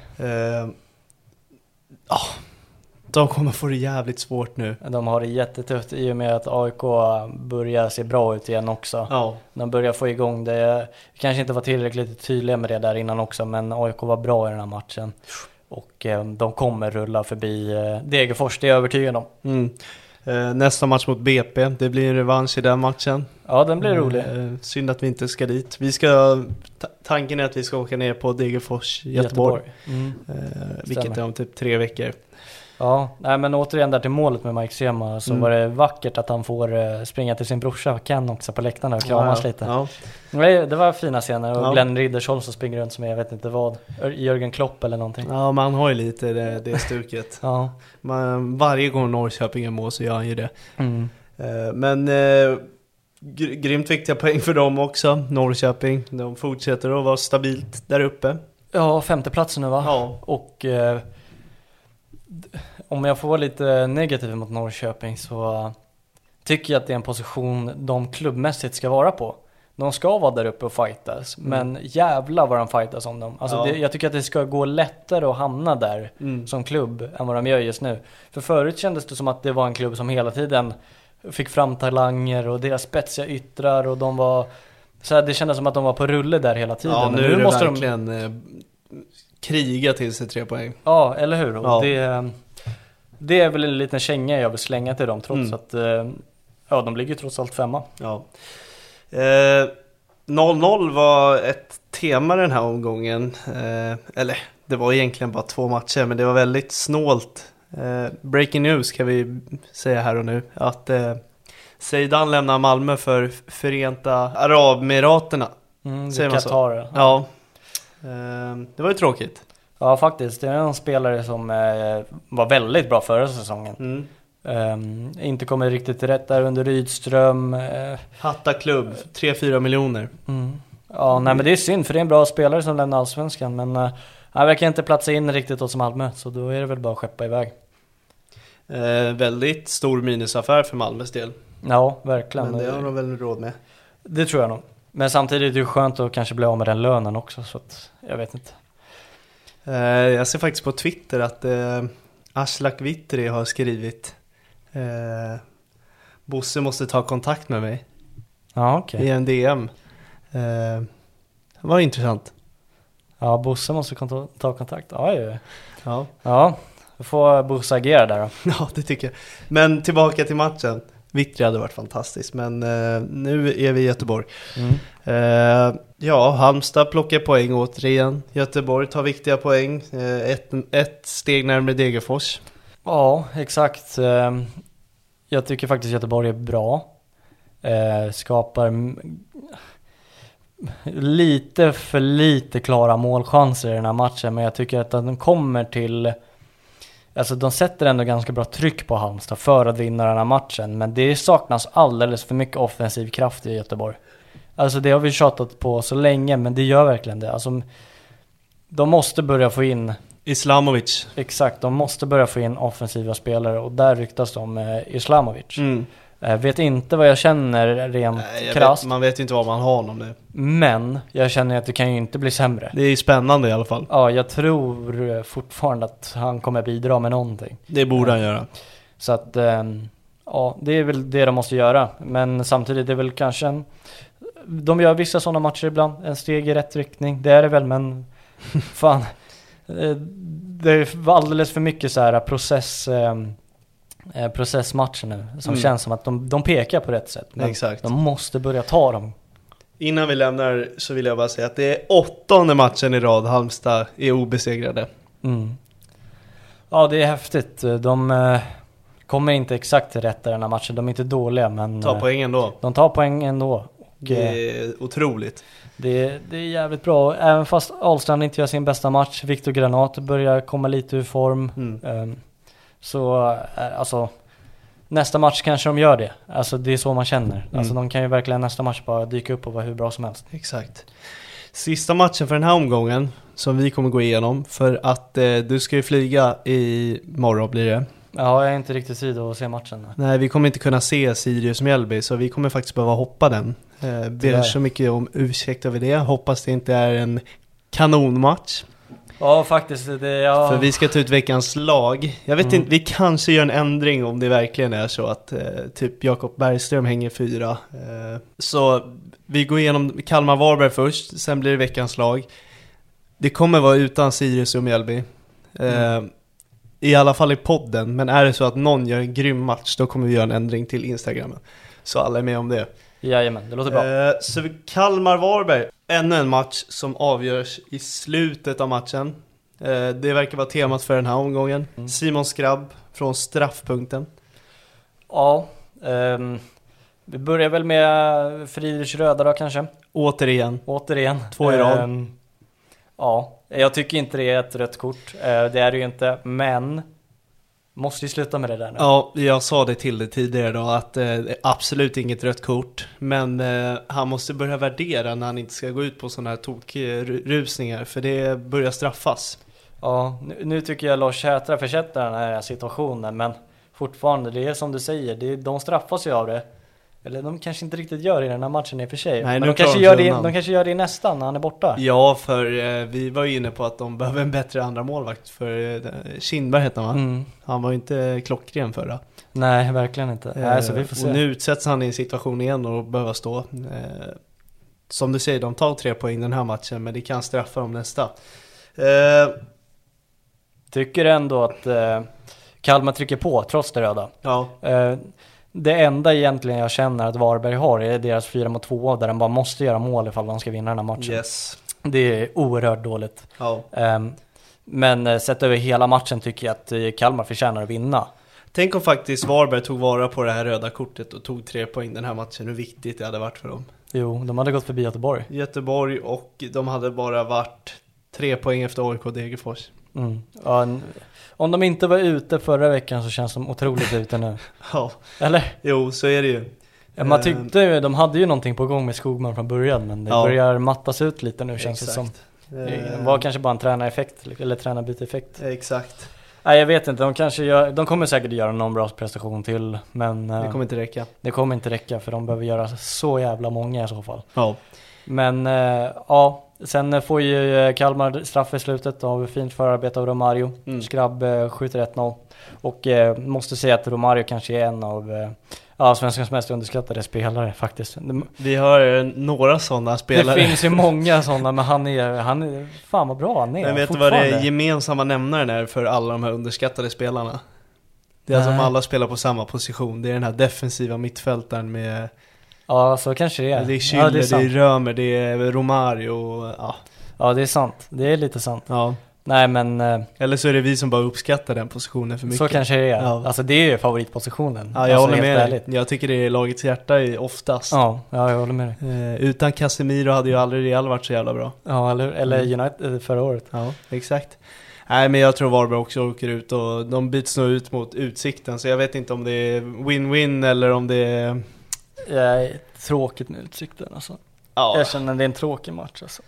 De kommer få det jävligt svårt nu. De har det jättetufft i och med att AIK börjar se bra ut igen också. Ja. De börjar få igång det. Kanske inte var tillräckligt tydliga med det där innan också, men AIK var bra i den här matchen. Och de kommer rulla förbi Degerfors, det är jag övertygad om. Nästa match mot BP, det blir en revansch i den matchen. Ja, den blir rolig. Synd att vi inte ska dit. Tanken är att vi ska åka ner på Degerfors, Göteborg. Vilket är om typ 3 veckor. Ja, nej, men återigen där till målet med Mike Sema så var det vackert att han får springa till sin brorsa Ken också på läktarna och kramas lite. Ja. Nej, det var fina scener och Glenn Riddersholm som springer runt som jag vet inte vad, Jörgen Klopp eller någonting. Ja, man har ju lite det stuket. Ja. Varje gång Norrköping är mål så gör han ju det. Men grymt viktiga poäng för dem också, Norrköping. De fortsätter att vara stabilt där uppe. Ja, 5:e platsen nu va? Ja. Och om jag får vara lite negativ mot Norrköping så tycker jag att det är en position de klubbmässigt ska vara på. De ska vara där uppe och fightas, men jävla vad de fightas om dem. Alltså jag tycker att det ska gå lättare att hamna där som klubb än vad de gör just nu. För förut kändes det som att det var en klubb som hela tiden fick fram talanger och deras spetsiga yttrar och de var så här, det kändes som att de var på rulle där hela tiden. Ja, nu måste de verkligen kriga till sig 3 poäng. Ja, eller hur? Och det är väl en liten känga jag vill slänga till dem trots att de ligger trots allt 5. Ja. 0-0 var ett tema den här omgången. Eller det var egentligen bara 2 matcher, men det var väldigt snålt. Breaking news kan vi säga här och nu att Zeidan lämnar Malmö för Förenta Arabemiraterna. Det är Qatar. Ja. Det var ju tråkigt. Ja, faktiskt. Det är en spelare som var väldigt bra förra säsongen. Inte kommer riktigt rätt där under Rydström. Hatta klubb, 3-4 miljoner. Ja, nej, men det är synd för det är en bra spelare som lämnar Allsvenskan. Men han verkar inte platsa in riktigt hos Malmö. Så då är det väl bara att skeppa iväg. Väldigt stor minusaffär för Malmös del. Ja, verkligen. Men det har de väl råd med. Det tror jag nog. Men samtidigt är det ju skönt att kanske bli av med den lönen också. Så att, jag vet inte. Jag ser faktiskt på Twitter att Aslak Vittri har skrivit Bosse måste ta kontakt med mig. Ja, okej. I en DM. Det var intressant. Ja, Bosse måste ta kontakt. Ja, då får Bosse agera där då. Ja, det tycker jag. Men tillbaka till matchen. Vittri hade varit fantastiskt, men nu är vi i Göteborg. Halmstad plockar poäng återigen. Göteborg tar viktiga poäng. Ett steg närmare Degerfors. Ja, exakt. Jag tycker faktiskt Göteborg är bra. Skapar lite för lite klara målchanser i den här matchen, men jag tycker att de kommer till... Alltså de sätter ändå ganska bra tryck på Halmstad för att vinna den här matchen. Men det saknas alldeles för mycket offensiv kraft i Göteborg. Alltså det har vi tjatat på så länge, men det gör verkligen det. Alltså de måste börja få in Islamovic. Exakt, de måste börja få in offensiva spelare. Och där ryktas de om Islamovic. Vet inte vad jag känner rent krasst. Man vet inte vad man har om det. Men jag känner att det kan ju inte bli sämre. Det är spännande i alla fall. Ja, jag tror fortfarande att han kommer bidra med någonting. Det borde han göra. Så att, det är väl det de måste göra. Men samtidigt är det väl kanske de gör vissa sådana matcher ibland. En steg i rätt riktning. Det är det väl, men fan. Det är alldeles för mycket så här processmatcher nu som känns som att de pekar på rätt sätt, men exakt. De måste börja ta dem. Innan vi lämnar så vill jag bara säga att det är 8:e matchen i rad Halmstad är obesegrade. Ja, det är häftigt. De kommer inte exakt till rätt i den här matchen. De är inte dåliga, men tar poäng ändå. De tar poäng ändå. Det är otroligt. Det är jävligt bra. Även fast Ahlstrand inte gör sin bästa match, Viktor Granat börjar komma lite ur form. Så alltså nästa match kanske de gör det. Alltså det är så man känner. Alltså de kan ju verkligen nästa match bara dyka upp och vara hur bra som helst. Exakt. Sista matchen för den här omgången som vi kommer gå igenom, för att du ska ju flyga i morgon blir det. Ja, jag är inte riktigt tid att se matchen. Nej, vi kommer inte kunna se Sirius Mjällby, så vi kommer faktiskt behöva hoppa den. Ber så mycket om ursäkt över det. Hoppas det inte är en kanonmatch. Ja, faktiskt. För vi ska ta ut veckans lag. Jag vet inte, vi kanske gör en ändring om det verkligen är så att typ Jakob Bergström hänger 4. Så vi går igenom Kalmar-Varberg först, sen blir det veckans lag. Det kommer vara utan Sirius och Mjällby. i alla fall i podden. Men är det så att någon gör en grym match, då kommer vi göra en ändring till Instagram. Så alla är med om det. Jajamän, det låter bra. Så Kalmar-Varberg, ännu en match som avgörs i slutet av matchen. Det verkar vara temat för den här omgången. Simon Skrabb från straffpunkten. Ja, vi börjar väl med Friedrich Röda då kanske. Återigen. 2 i rad. Ja, jag tycker inte det är ett rött kort. Det är det ju inte, men måste ju sluta med det där nu. Ja, jag sa det till dig tidigare då, att absolut inget rött kort. Men han måste börja värdera när han inte ska gå ut på sådana här tokrusningar, för det börjar straffas. Ja, nu tycker jag Lars Sätra försätter den här situationen, men fortfarande, det är som du säger, de straffas ju av det. Eller de kanske inte riktigt gör det i den här matchen i och för sig. Nej, men de kanske gör det i nästan när han är borta. Ja, för vi var ju inne på att de behöver en bättre andra målvakt. För Kindberg heter han, va? Han var ju inte klockren förra. Nej, verkligen inte. Så vi får se. Och nu utsätts han i en situation igen och behöver stå. Som du säger, de tar 3 poäng den här matchen, men det kan straffa dem nästa. Tycker ändå att Kalmar trycker på trots det röda. Ja. Det enda egentligen jag känner att Varberg har är deras 4-2, där de bara måste göra mål ifall de ska vinna den här matchen. Yes. Det är oerhört dåligt. Ja. Men sett över hela matchen tycker jag att Kalmar förtjänar att vinna. Tänk om faktiskt Varberg tog vara på det här röda kortet och tog 3 poäng den här matchen. Hur viktigt det hade varit för dem. Jo, de hade gått förbi Göteborg. Och de hade bara varit 3 poäng efter AIK och Degerfors. Ja, om de inte var ute förra veckan så känns de otroligt ute nu. Ja. Eller? Jo, så är det ju. Man tyckte ju, de hade ju någonting på gång med Skogman från början, men det börjar mattas ut lite nu, känns det som. Det var kanske bara en tränareffekt eller tränarbyteffekt. Exakt. Nej, jag vet inte, de kommer säkert göra någon bra prestation till, men det kommer inte räcka. Det kommer inte räcka, för de behöver göra så jävla många i så fall. Ja. Men ja, sen får ju Kalmar straff i slutet av fint förarbete av Romario. Skrabb skjuter 1-0. Och måste säga att Romario kanske är en av svenskans mest underskattade spelare faktiskt. Vi har några sådana spelare. Det finns ju många sådana, men han är fan vad bra han är. Men vet du vad det gemensamma nämnaren är för alla de här underskattade spelarna? Det är som alla spelar på samma position. Det är den här defensiva mittfältaren med... Ja, så kanske det är. Det är Schüller, det är Römer, det är Romario. Ja, det är sant. Det är lite sant. Ja. Nej, men... Eller så är det vi som bara uppskattar den positionen för mycket. Så kanske det är. Ja. Alltså det är ju favoritpositionen. Ja, jag håller med dig. Jag tycker det är lagets hjärta oftast. Ja, jag håller med dig. Utan Casemiro hade ju aldrig Real varit så jävla bra. Ja, eller United förra året. Ja, exakt. Nej, men jag tror Varberg också åker ut och de byts nog ut mot Utsikten. Så jag vet inte om det är win-win eller om det är... Tråkigt med Utsikten alltså. Ja. Jag känner att det är en tråkig match alltså.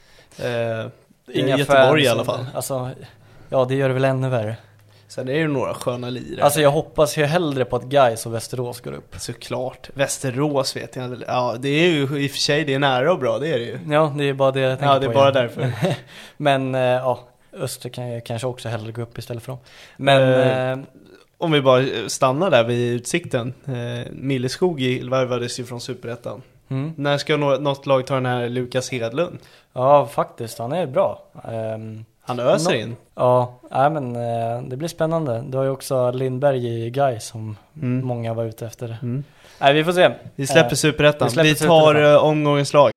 Inga Göteborg i alla fall. Alltså, ja, det gör det väl ännu värre. Sen är det ju några sköna lirare. Alltså jag hoppas ju hellre på att Gais och Västerås går upp. Såklart. Västerås vet jag. Ja, det är ju i och för sig, det är nära och bra, det är det ju. Ja, det är bara det jag tänker på. Ja, det är bara därför. Men ja, Öster kan jag kanske också hellre gå upp istället för dem. Men... om vi bara stannar där vid Utsikten. Milleskog värvades ju från Superettan. När ska något lag ta den här Lukas Hedlund? Ja, faktiskt. Han är bra. Han öser in. Ja, men det blir spännande. Du har ju också Lindberg i Gais som många var ute efter. Nej, vi får se. Vi släpper Superettan. Vi tar omgångens lag.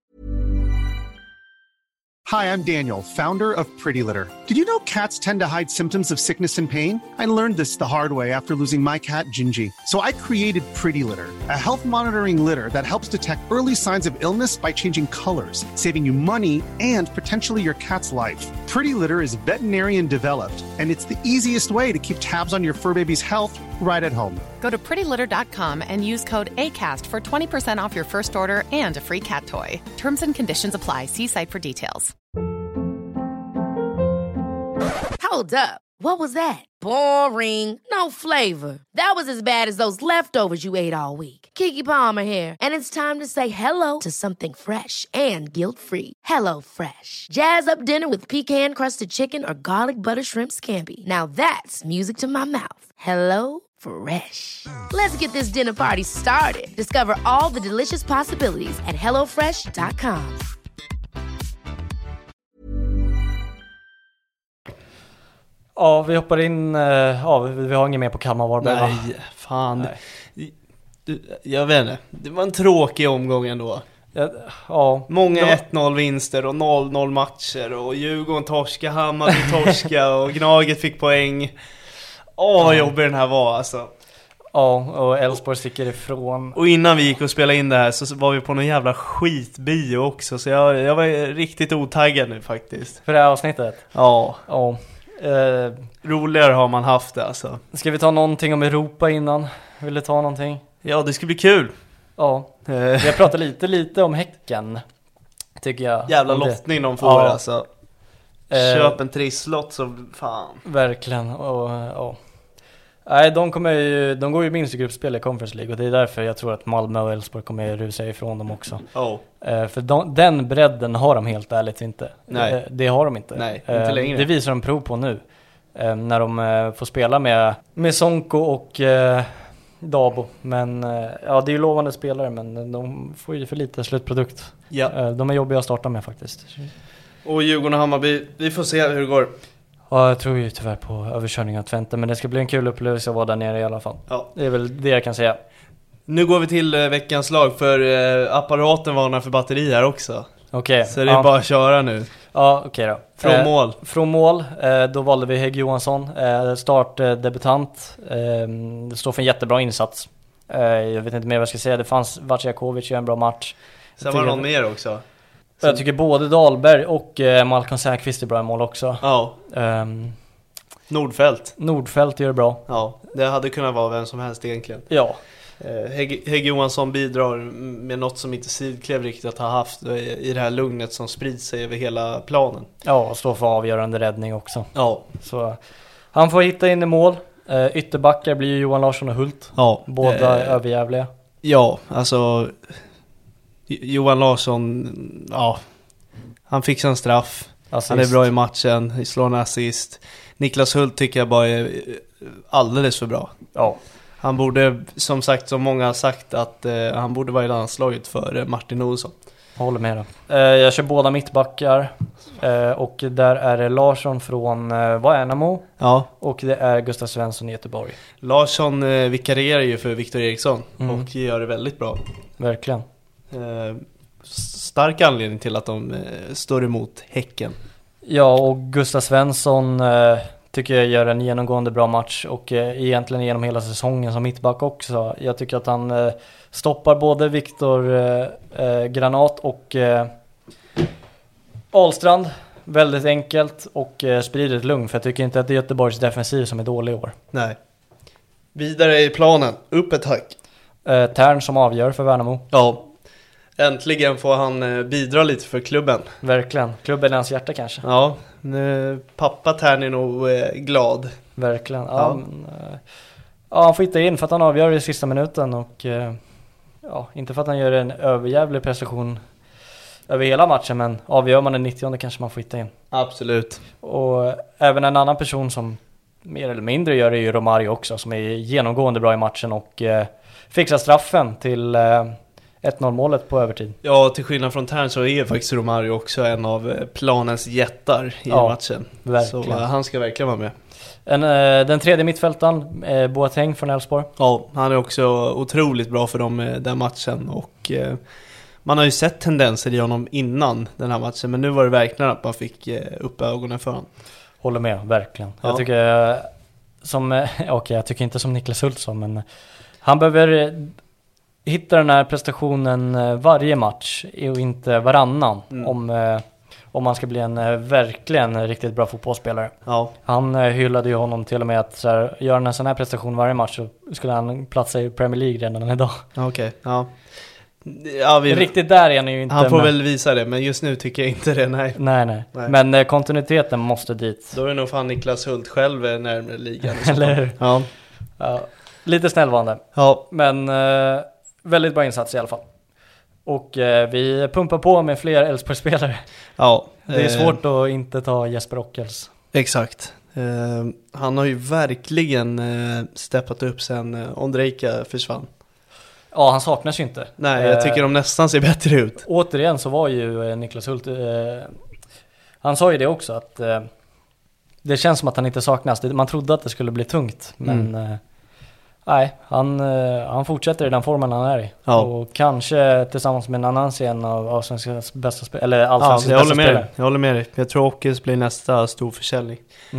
Hi, I'm Daniel, founder of Pretty Litter. Did you know cats tend to hide symptoms of sickness and pain? I learned this the hard way after losing my cat, Gingy. So I created Pretty Litter, a health monitoring litter that helps detect early signs of illness by changing colors, saving you money and potentially your cat's life. Pretty Litter is veterinarian developed, and it's the easiest way to keep tabs on your fur baby's health right at home. Go to prettylitter.com and use code ACAST for 20% off your first order and a free cat toy. Terms and conditions apply. See site for details. Hold up. What was that? Boring. No flavor. That was as bad as those leftovers you ate all week. Keke Palmer here, and it's time to say hello to something fresh and guilt-free. Hello Fresh. Jazz up dinner with pecan-crusted chicken or garlic butter shrimp scampi. Now that's music to my mouth. Hello Fresh. Let's get this dinner party started. Discover all the delicious possibilities at HelloFresh.com. Ja, vi hoppar in. Vi har inget mer på Kalmar Varberg. Nej, fan. Jag vet inte. Det var en tråkig omgång ändå. Ja. Många 1-0 vinster och 0-0 matcher. Och Djurgården torska, Hammarby torska och Gnaget fick poäng. Vad jobbig den här var alltså. Ja, och Elfsborg sticker ifrån. Och innan vi gick och spelade in det här så var vi på någon jävla skitbio också. Så jag var riktigt otaggad nu faktiskt. För det här avsnittet? Ja. Roligare har man haft det alltså. Ska vi ta någonting om Europa innan? Vill du ta någonting? Ja, det ska bli kul. Ja, vi har pratat lite om Häcken, tycker jag. Jävla lottning de får alltså. Köp en trisslott så fan. Verkligen. Och nej, de går ju minst i gruppspel i Conference League. Och det är därför jag tror att Malmö och Elfsborg kommer rusa ifrån dem också. För den bredden har de helt ärligt inte. Nej. Det har de inte. Nej, inte längre. Det visar de prov på nu. När de får spela med Sonko och Dabo. Men det är ju lovande spelare, men de får ju för lite slutprodukt. Ja. De är jobbiga att starta med faktiskt. Och Djurgården och Hammarby, vi får se hur det går. Ja, jag tror ju tyvärr på överkörning av Twente, men det ska bli en kul upplevelse att vara där nere i alla fall. Ja. Det är väl det jag kan säga. Nu går vi till veckans lag, för apparaten varnar för batteri här också. Okej. Så det är bara att köra nu. Ja, okej då. Från mål, då valde vi Hägg Johansson, startdebutant. Det står för en jättebra insats. Jag vet inte mer vad jag ska säga. Det fanns Vaciakovic gör en bra match. Sen var det någon mer också. Jag tycker både Dahlberg och Malcolm Säfqvist är bra i mål också. Ja. Nordfält gör det bra. Ja, det hade kunnat vara vem som helst egentligen. Ja. Hägg Johansson bidrar med något som inte Sidklev riktigt har haft i det här lugnet som sprids sig över hela planen. Ja, och står för avgörande räddning också. Ja. Så han får hitta in i mål. Ytterbackar blir ju Johan Larsson och Hult. Ja. Båda överjävliga. Ja, alltså Johan Larsson, han fixar en straff. Assist. Han är bra i matchen, slår en assist. Niklas Hult tycker jag bara är alldeles för bra. Ja. Han borde, som sagt, som många har sagt, att han borde vara i landslaget för Martin Olsson. Jag håller med då. Jag kör båda mittbackar. Och där är det Larsson från Värnamo. Ja. Och det är Gustav Svensson i Göteborg. Larsson vikarierar ju för Viktor Eriksson och gör det väldigt bra. Verkligen. Stark anledning till att de står emot Häcken. Ja, och Gustav Svensson tycker jag gör en genomgående bra match. Och egentligen genom hela säsongen som mittback också. Jag tycker att han stoppar både Viktor Granat och Ahlstrand väldigt enkelt och sprider ett lugn. För jag tycker inte att det är Göteborgs defensiv som är dålig i år. Nej. Vidare i planen, upp ett hack. Tern som avgör för Värnamo. Ja. Äntligen får han bidra lite för klubben. Verkligen. Klubben är hans hjärta kanske. Ja, pappa Tern är nog glad. Verkligen. Ja, han får hitta in för att han avgör i sista minuten. Och inte för att han gör en överjävlig prestation över hela matchen, men avgör man den 90:e kanske man får hitta in. Absolut. Och även en annan person som mer eller mindre gör det är ju Romario också, som är genomgående bra i matchen och fixar straffen till 1-0 målet på övertid. Ja, till skillnad från Tern så är faktiskt Romario också en av planens jättar i matchen. Verkligen. Så han ska verkligen vara med. Den tredje mittfältaren, Boateng från Elfsborg. Ja, han är också otroligt bra för dem den matchen. Och man har ju sett tendenser i honom innan den här matchen, men nu var det verkligen att man fick upp ögonen för honom. Håller med, verkligen. Ja. Jag tycker jag tycker inte som Niklas Hultsson, men han behöver hitta den här prestationen varje match och inte varannan om man ska bli en verkligen riktigt bra fotbollsspelare. Ja. Han hyllade ju honom till och med att gör en sån här prestation varje match så skulle han platsa i Premier League redan idag. Okej, ja. Riktigt där är han ju inte. Han får väl visa det, men just nu tycker jag inte det, nej. Nej. Men kontinuiteten måste dit. Då är det nog fan Niklas Hult själv närmare ligan. Eller hur? Ja. Lite snällvarande. Ja. Men väldigt bra insats i alla fall. Och vi pumpar på med fler Elfsborg-spelare. Ja. Det är svårt att inte ta Jesper Ockels. Exakt. Han har ju verkligen steppat upp sen Ondrejka försvann. Ja, han saknas ju inte. Nej, jag tycker de nästan ser bättre ut. Återigen så var ju Niklas Hult han sa ju det också att det känns som att han inte saknas. Man trodde att det skulle bli tungt, men nej, han fortsätter i den formen han är i. Ja. Och kanske tillsammans med Nanansi en av allsvenskans bästa spelare, eller allsvenskans bästa spelare. Jag håller med dig. Jag tror Åkes blir nästa stor försäljning.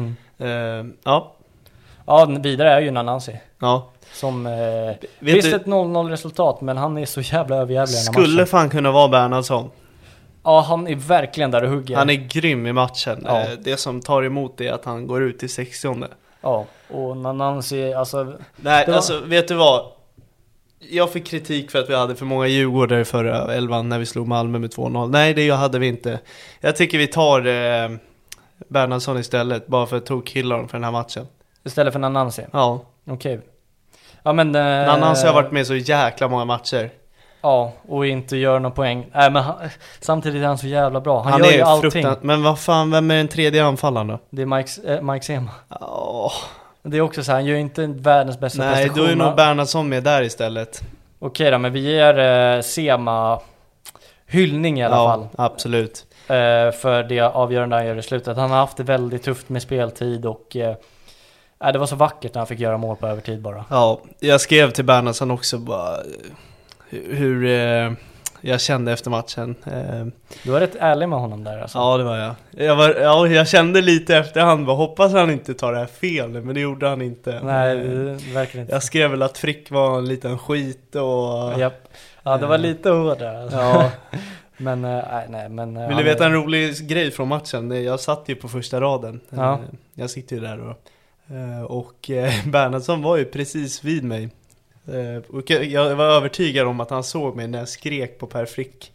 Ja, vidare är ju Nanansi. Ja. Som visst ett 0-0 resultat, men han är så jävla överjävlig. Skulle fan kunna vara Bernhardsson. Ja, han är verkligen där och hugger. Han är grym i matchen. Ja. Det som tar emot är att han går ut i 60:e. Ja, och Nanansi, alltså... Nej, alltså, vet du vad? Jag fick kritik för att vi hade för många Djurgårdare förra 11 när vi slog Malmö med 2-0. Nej, det hade vi inte. Jag tycker vi tar Bernhardsson istället, bara för att tog killar för den här matchen. Istället för Nanansi? Ja. Okej. Ja, men... Nanansi har varit med så jäkla många matcher. Ja, och inte gör någon poäng. Nej, men samtidigt är han så jävla bra. Han gör ju allting. Men vad fan, vem är den tredje anfallaren då? Det är Mike Sema. Det är också så här, han gör inte världens bästa prestation. Nej, då är nog Bernhardsson med där istället. Okej då, men vi ger Sema hyllning i alla fall. Absolut. För det avgörande han gör i slutet. Han har haft det väldigt tufft med speltid och... det var så vackert när han fick göra mål på övertid bara. Ja, jag skrev till Bernhardsson också bara... hur jag kände efter matchen. Du var rätt ärlig med honom där alltså. Ja, det var jag. Jag kände lite efterhand, bara hoppas han inte tar det här fel, men det gjorde han inte. Nej, verkligen inte. Jag skrev väl att Frick var en liten skit och... Japp. Ja, det var lite hårdare alltså. Ja. Men vill du veta en rolig grej från matchen? Jag satt ju på första raden. Ja. Jag sitter ju där och Bernhardsson var ju precis vid mig. Och jag var övertygad om att han såg mig när jag skrek på Per Frick.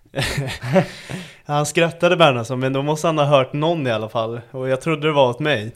Han skrattade Bernhardsson, men då måste han ha hört någon i alla fall. Och jag trodde det var åt mig.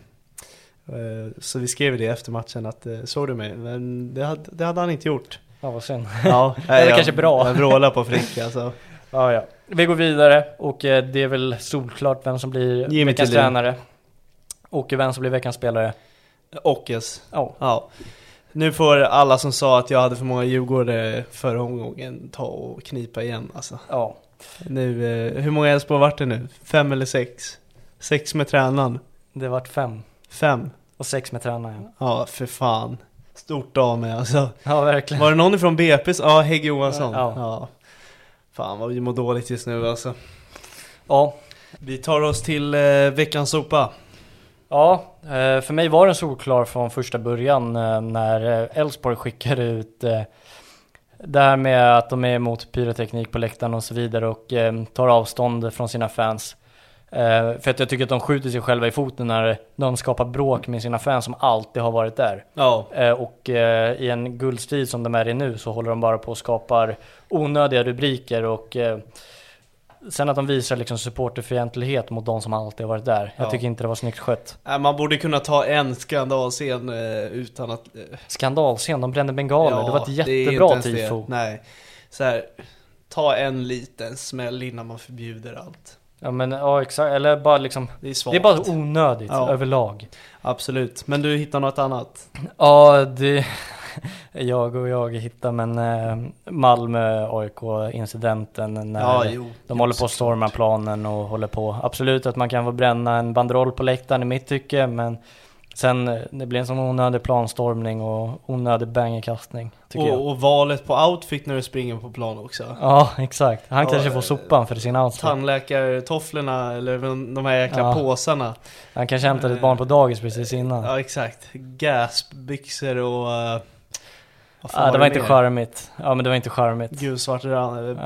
Så vi skrev det efter matchen att såg du mig? Men det hade han inte gjort. Ja, vad synd. Ja, det är kanske bra. Jag vrålar på Frick alltså. Ja. Vi går vidare och det är väl solklart vem som blir veckans tränare. Och vem som blir veckans spelare. Åkes. Ja. Nu får alla som sa att jag hade för många Djurgårdare förra omgången ta och knipa igen alltså. Ja. Nu, hur många Elfsborg vart det nu? 5 eller 6? 6 med tränaren. Det vart 5. 5? Och 6 med tränaren. Ja, för fan. Stort av mig alltså. Ja, verkligen. Var det någon från BP's? Ja, Hägg Johansson. Ja. Fan vad vi mår dåligt just nu alltså. Ja. Vi tar oss till veckans sopa. Ja, för mig var den solklar från första början när Elfsborg skickade ut det här med att de är emot pyroteknik på läktaren och så vidare och tar avstånd från sina fans. För att jag tycker att de skjuter sig själva i foten när de skapar bråk med sina fans som alltid har varit där. Ja. Och i en guldstrid som de är i nu så håller de bara på att skapa onödiga rubriker och... Sen att de visar liksom supporterfientlighet mot de som alltid har varit där. Jag tycker inte det var snyggt skött. Man borde kunna ta en skandalscen utan att... Skandalscen? De brände bengaler. Det var ett jättebra tifo. Nej. Så här, ta en liten smäll innan man förbjuder allt. Ja, men exakt. Eller bara liksom... Det är bara onödigt överlag. Absolut. Men du hittar något annat? Ja, det... Jag hittar men Malmö AIK-incidenten när de håller på att storma planen och håller på. Absolut att man kan få bränna en banderoll på läktaren i mitt tycke, men sen det blir en sån onödig planstormning och onödig bangerkastning tycker jag. Och valet på outfit när du springer på plan också. Ja, exakt. Han kanske får sopan för sin outfit. Tandläkartofflorna eller de här jäkla påsarna. Han kanske hämtade ett barn på dagis precis innan. Ja, exakt. Gaspbyxor och... det var inte charmigt. Ja, men det var inte charmigt. Gulsvart den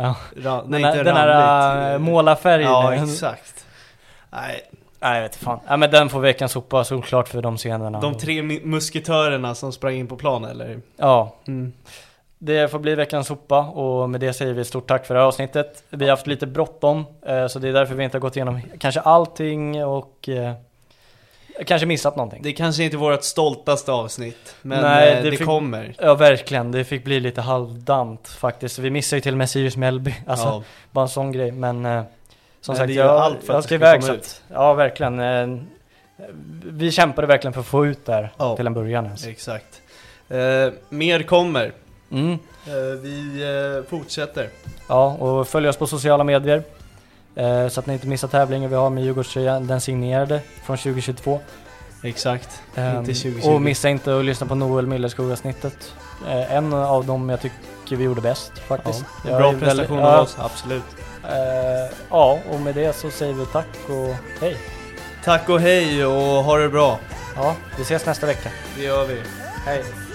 här målarfärgen. Ja, exakt. Nej, jag vet fan. Ja, men den får veckans sopa såklart för de scenerna. De 3 musketörerna som sprang in på plan, eller? Ja. Det får bli veckans sopa och med det säger vi stort tack för det här avsnittet. Vi har haft lite bråttom så det är därför vi inte har gått igenom kanske allting och... kanske missat någonting. Det kanske inte vårt stoltaste avsnitt, men nej, det kommer. Ja, verkligen. Det fick bli lite halvdant faktiskt. Vi missade ju till och med Sirius Mellby. Alltså, bara en sån grej. Men som sagt, jag ska iväg så att, ja, verkligen. Vi kämpade verkligen för att få ut där till en början. Alltså. Exakt. Mer kommer. Vi fortsätter. Ja, och följ oss på sociala medier. Så att ni inte missar tävlingen vi har med Djurgårdströjan, den signerade från 2022. Exakt, inte 2020. Och missa inte att lyssna på Noel Millerskog-avsnittet. En av dem jag tycker vi gjorde bäst faktiskt. Ja, bra prestation av oss, absolut. Ja, och med det så säger vi tack och hej. Tack och hej och ha det bra. Ja, vi ses nästa vecka. Det gör vi. Hej.